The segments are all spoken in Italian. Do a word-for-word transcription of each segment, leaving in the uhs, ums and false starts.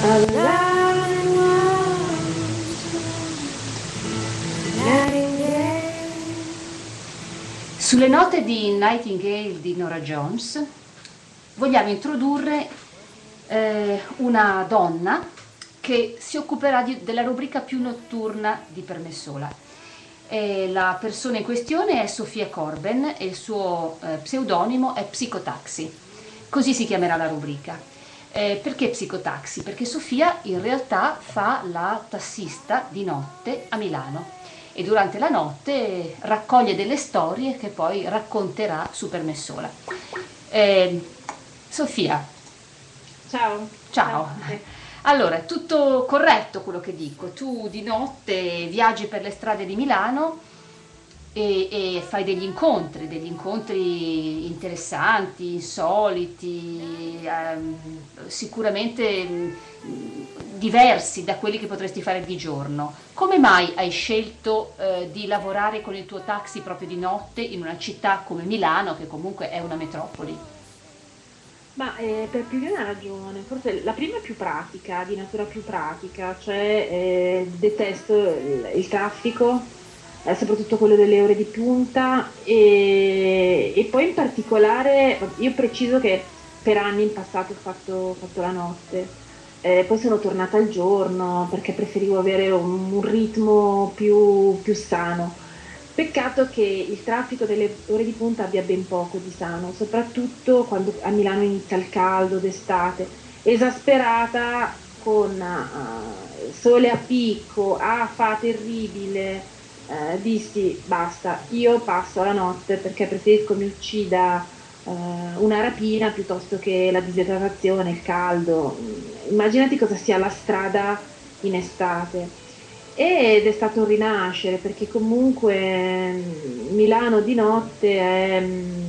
Sulle note di Nightingale di Norah Jones vogliamo introdurre eh, una donna che si occuperà di, della rubrica più notturna di Per me sola. E la persona in questione è Sofia Corben e il suo eh, pseudonimo è Psicotaxi. Così si chiamerà la rubrica. Eh, perché Psicotaxi? Perché Sofia in realtà fa la tassista di notte a Milano e durante la notte raccoglie delle storie che poi racconterà su Per me sola. Eh, Sofia. Ciao. Ciao. Allora, è tutto corretto quello che dico. Tu di notte viaggi per le strade di Milano e, e fai degli incontri, degli incontri interessanti, insoliti, ehm, sicuramente mh, diversi da quelli che potresti fare di giorno. Come mai hai scelto eh, di lavorare con il tuo taxi proprio di notte in una città come Milano, che comunque è una metropoli? Ma eh, per più di una ragione, forse la prima è più pratica, di natura più pratica, cioè eh, detesto il, il traffico, eh, soprattutto quello delle ore di punta e, e poi in particolare io preciso che per anni in passato ho fatto, ho fatto la notte, eh, poi sono tornata al giorno perché preferivo avere un, un ritmo più, più sano. Peccato che il traffico delle ore di punta abbia ben poco di sano, soprattutto quando a Milano inizia il caldo d'estate, esasperata con uh, sole a picco, afa terribile, eh, dissi basta, io passo la notte perché preferisco mi uccida uh, una rapina piuttosto che la disidratazione, il caldo. Immaginati cosa sia la strada in estate. Ed è stato un rinascere perché comunque mm, Milano di notte è, mm,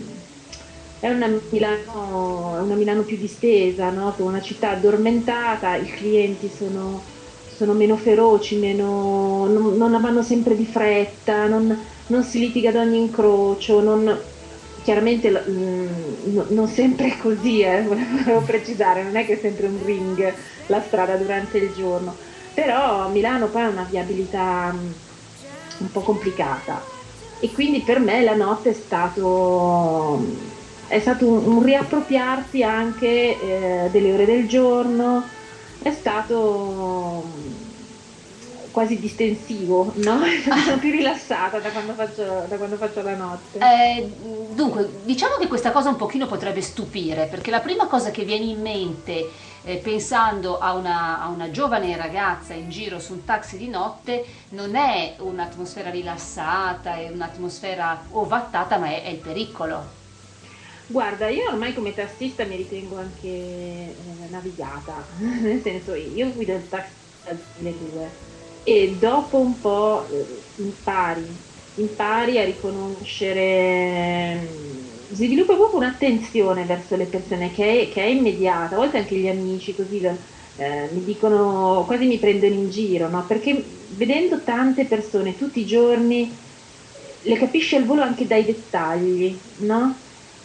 è una Milano, è una Milano più distesa, no? Con una città addormentata, i clienti sono, sono meno feroci, meno, non, non vanno sempre di fretta, non, non si litiga ad ogni incrocio, non, chiaramente mm, no- non sempre è così, eh, volevo precisare, non è che è sempre un ring la strada durante il giorno, però Milano poi ha una viabilità mm, un po' complicata e quindi per me la notte è stato, è stato un, un riappropriarsi anche eh, delle ore del giorno, è stato mm, quasi distensivo, no? Sono più rilassata da quando faccio, da quando faccio la notte. Eh, dunque, diciamo che questa cosa un pochino potrebbe stupire, perché la prima cosa che viene in mente eh, pensando a una, a una giovane ragazza in giro su un taxi di notte non è un'atmosfera rilassata, è un'atmosfera ovattata, ma è, è il pericolo. Guarda, io ormai come tassista mi ritengo anche eh, navigata, nel senso io guido il taxi dal duemiladue e dopo un po' eh, impari, impari a riconoscere, mm, si sviluppa proprio un'attenzione verso le persone che è, che è immediata, a volte anche gli amici così eh, mi dicono, quasi mi prendono in giro, no? Perché vedendo tante persone tutti i giorni le capisci al volo anche dai dettagli, no?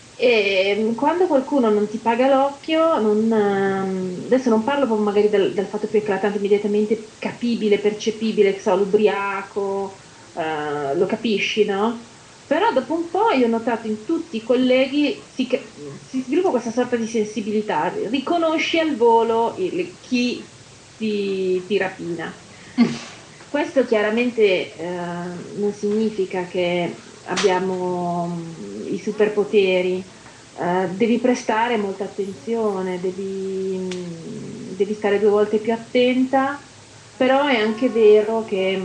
E quando qualcuno non ti paga l'occhio, non, ehm, adesso non parlo proprio magari del, del fatto più eclatante, immediatamente capibile, percepibile, che so, l'ubriaco, eh, lo capisci, no? Però dopo un po' io ho notato in tutti i colleghi si, ca- si sviluppa questa sorta di sensibilità, riconosci al volo il- chi ti, ti rapina. Questo chiaramente eh, non significa che abbiamo mm, i superpoteri, eh, devi prestare molta attenzione, devi, mm, devi stare due volte più attenta, però è anche vero che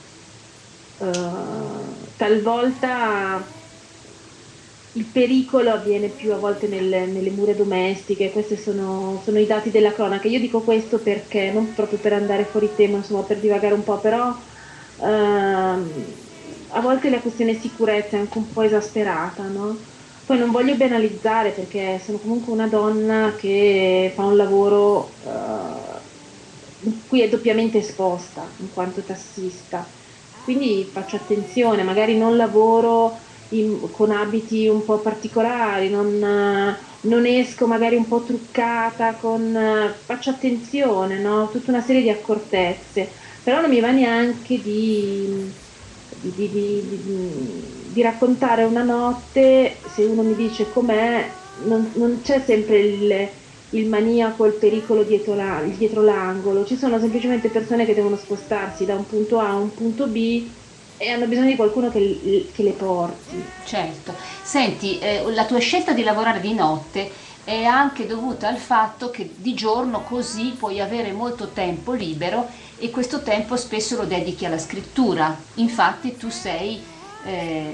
eh, talvolta il pericolo avviene più a volte nelle, nelle mura domestiche, questi sono, sono i dati della cronaca. Io dico questo perché, non proprio per andare fuori tema, insomma, per divagare un po', però ehm, a volte la questione sicurezza è anche un po' esasperata, no? Poi non voglio banalizzare perché sono comunque una donna che fa un lavoro eh, in cui è doppiamente esposta in quanto tassista. Quindi faccio attenzione, magari non lavoro in- con abiti un po' particolari, non, non esco magari un po' truccata, con, eh, faccio attenzione, no? Tutta una serie di accortezze, però non mi va neanche di, di, di- di- di- di raccontare una notte, se uno mi dice com'è, non, non c'è sempre il, il maniaco, il pericolo dietro, la- dietro l'angolo, ci sono semplicemente persone che devono spostarsi da un punto A a un punto B e hanno bisogno di qualcuno che, che le porti. Certo. Senti, eh, la tua scelta di lavorare di notte è anche dovuta al fatto che di giorno così puoi avere molto tempo libero e questo tempo spesso lo dedichi alla scrittura. Infatti tu sei, eh,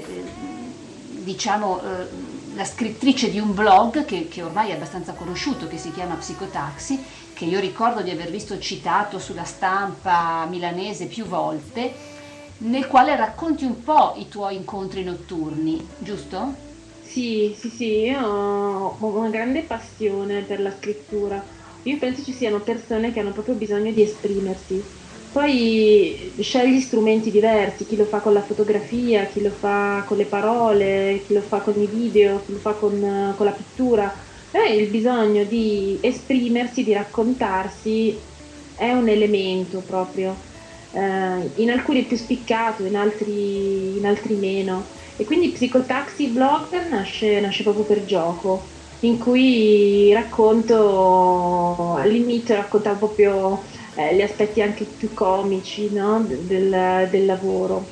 diciamo, eh, la scrittrice di un blog che, che ormai è abbastanza conosciuto, che si chiama Psicotaxi, che io ricordo di aver visto citato sulla stampa milanese più volte, nel quale racconti un po' i tuoi incontri notturni, giusto? Sì, sì, sì, io ho una grande passione per la scrittura. Io penso ci siano persone che hanno proprio bisogno di esprimersi. Poi scegli strumenti diversi, chi lo fa con la fotografia, chi lo fa con le parole, chi lo fa con i video, chi lo fa con, con la pittura. E il bisogno di esprimersi, di raccontarsi è un elemento proprio. Eh, in alcuni più spiccato, in altri, in altri meno. E quindi Psicotaxi Blog nasce, nasce proprio per gioco, in cui racconto, all'inizio raccontavo proprio eh, gli aspetti anche più comici, no, del, del lavoro.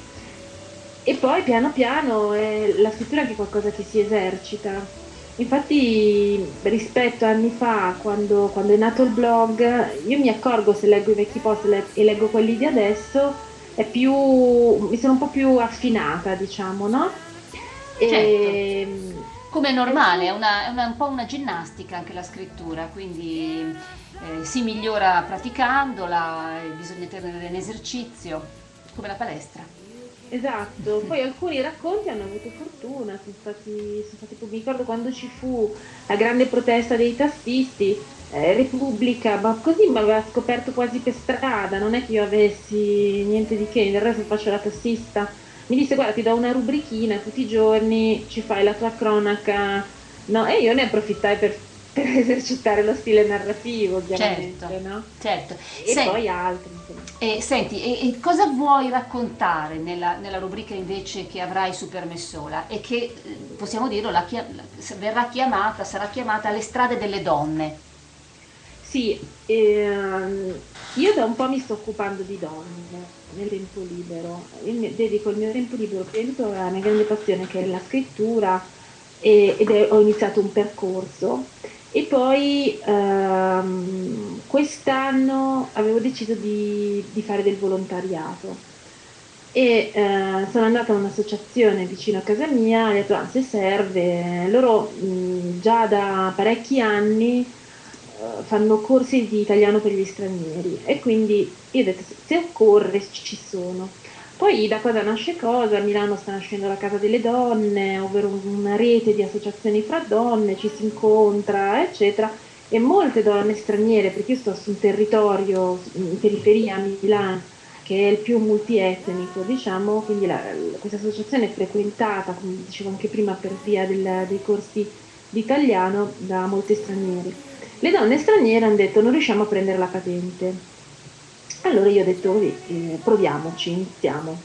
E poi piano piano eh, la scrittura è anche qualcosa che si esercita. Infatti rispetto a anni fa, quando, quando è nato il blog, io mi accorgo se leggo i vecchi post e le- e leggo quelli di adesso, è più, mi sono un po' più affinata, diciamo, no? Certo, E, come è è normale, è, un- una- è una- un po' una ginnastica anche la scrittura, quindi eh, si migliora praticandola, eh, bisogna tenere in esercizio, come la palestra. Esatto, poi alcuni racconti hanno avuto fortuna, sono stati, sono stati pub- mi ricordo quando ci fu la grande protesta dei tassisti, eh, Repubblica, ma così mi aveva scoperto quasi per strada, non è che io avessi niente di che, del resto faccio la tassista, mi disse guarda ti do una rubrichina tutti i giorni, ci fai la tua cronaca, no? E io ne approfittai per, per esercitare lo stile narrativo, Certo, ovviamente, no? certo. E Sen- poi altri, insomma. e, senti, e, e cosa vuoi raccontare nella, nella rubrica invece che avrai su Permessola e che, eh, possiamo dirlo, la chia- la- verrà chiamata, sarà chiamata Le strade delle donne? Sì, ehm, io da un po' mi sto occupando di donne nel tempo libero. Io mi- dedico il mio tempo libero prima di tutto alla mia grande passione che è la scrittura e- ed è- ho iniziato un percorso e poi ehm, quest'anno avevo deciso di, di fare del volontariato e eh, sono andata a un'associazione vicino a casa mia, ho detto ah, se serve, loro mh, già da parecchi anni eh, fanno corsi di italiano per gli stranieri e quindi io ho detto se se occorre ci sono. Poi da cosa nasce cosa? A Milano sta nascendo la Casa delle Donne, ovvero una rete di associazioni fra donne, ci si incontra, eccetera. E molte donne straniere, perché io sto su un territorio in periferia a Milano, che è il più multietnico, diciamo, quindi la- questa associazione è frequentata, come dicevo anche prima, per via del- dei corsi di italiano da molti stranieri. Le donne straniere hanno detto non riusciamo a prendere la patente. Allora io ho detto, "Vabbè, eh, proviamoci, iniziamo.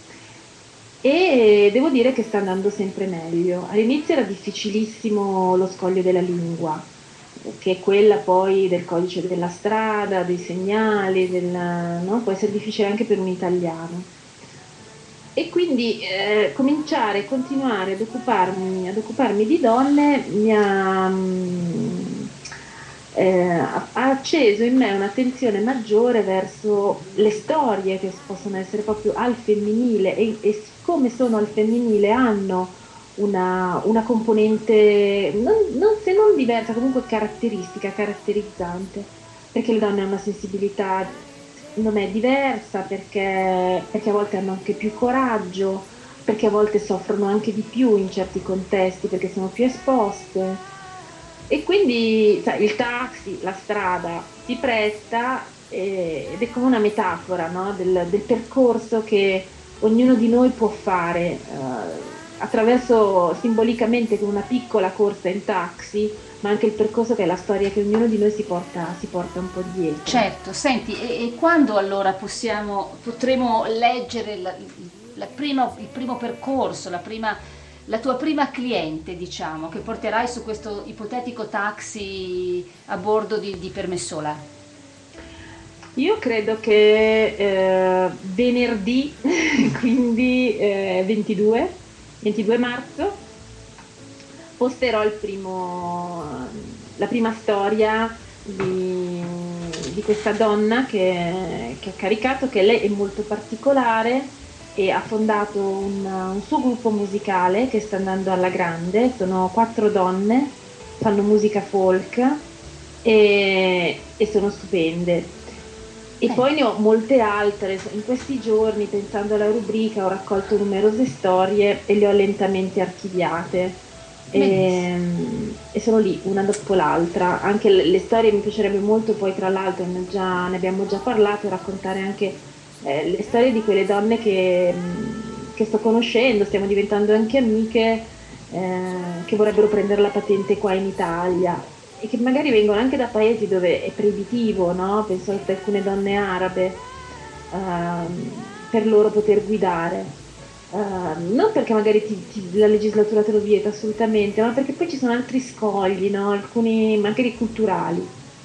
E devo dire che sta andando sempre meglio. All'inizio era difficilissimo lo scoglio della lingua, che è quella poi del codice della strada, dei segnali, del, no? Può essere difficile anche per un italiano. E quindi eh, cominciare, continuare ad occuparmi, ad occuparmi di donne mi ha, mm, eh, ha ha acceso in me un'attenzione maggiore verso le storie che possono essere proprio al femminile e, e siccome sono al femminile hanno una, una componente, non, non- se non diversa, comunque caratteristica, caratterizzante, perché le donne hanno una sensibilità secondo me diversa perché, perché a volte hanno anche più coraggio, perché a volte soffrono anche di più in certi contesti perché sono più esposte. E quindi sai, il taxi, la strada si presta eh, ed è come una metafora, no? del, del percorso che ognuno di noi può fare. eh, attraverso simbolicamente con una piccola corsa in taxi, ma anche il percorso che è la storia che ognuno di noi si porta, si porta un po' dietro. Certo, senti, e, e quando allora possiamo, potremo leggere la, la prima- il primo percorso, la prima, la tua prima cliente, diciamo, che porterai su questo ipotetico taxi a bordo di, di Permessola? Io credo che eh, venerdì, quindi eh, ventidue, ventidue marzo, posterò il primo, la prima storia di, di questa donna che, che ha caricato, che lei è molto particolare e ha fondato un, un suo gruppo musicale che sta andando alla grande. Sono quattro donne, fanno musica folk e, e sono stupende. E Eh, poi ne ho molte altre. In questi giorni, pensando alla rubrica, ho raccolto numerose storie e le ho lentamente archiviate. E, benissimo. e sono lì, una dopo l'altra. Anche le, le storie mi piacerebbe molto, poi tra l'altro ne, ho già- ne abbiamo già parlato, raccontare anche eh, le storie di quelle donne che, mh, che sto conoscendo, stiamo diventando anche amiche, eh, che vorrebbero prendere la patente qua in Italia e che magari vengono anche da paesi dove è proibitivo, no? Penso ad alcune donne arabe, ehm, per loro poter guidare. Ehm, non perché magari ti- ti- la legislatura te lo vieta assolutamente, ma perché poi ci sono altri scogli, no? Alcuni magari culturali.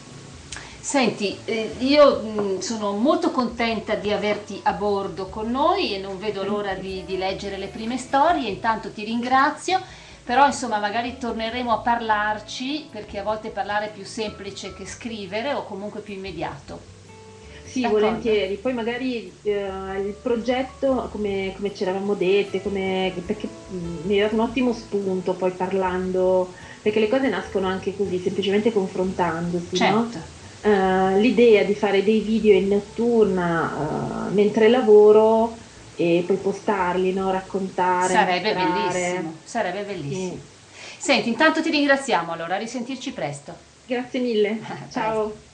Senti, eh, io mh, sono molto contenta di averti a bordo con noi e non vedo l'ora Anche. di, di leggere le prime storie. Intanto ti ringrazio, però insomma magari torneremo a parlarci perché a volte parlare è più semplice che scrivere o comunque più immediato. Sì, D'accordo? volentieri. Poi magari eh, il progetto, come, come ci eravamo dette, come- perché mh, mi hai dato un ottimo spunto poi parlando, perché le cose nascono anche così, semplicemente confrontandosi, no? Certo, Eh, l'idea di fare dei video in notturna, eh, mentre lavoro e poi postarli, no? Raccontare, sarebbe mostrare. bellissimo, sarebbe Sì. bellissimo. Senti, intanto ti ringraziamo allora, a risentirci presto. Grazie mille. Presto. Ciao.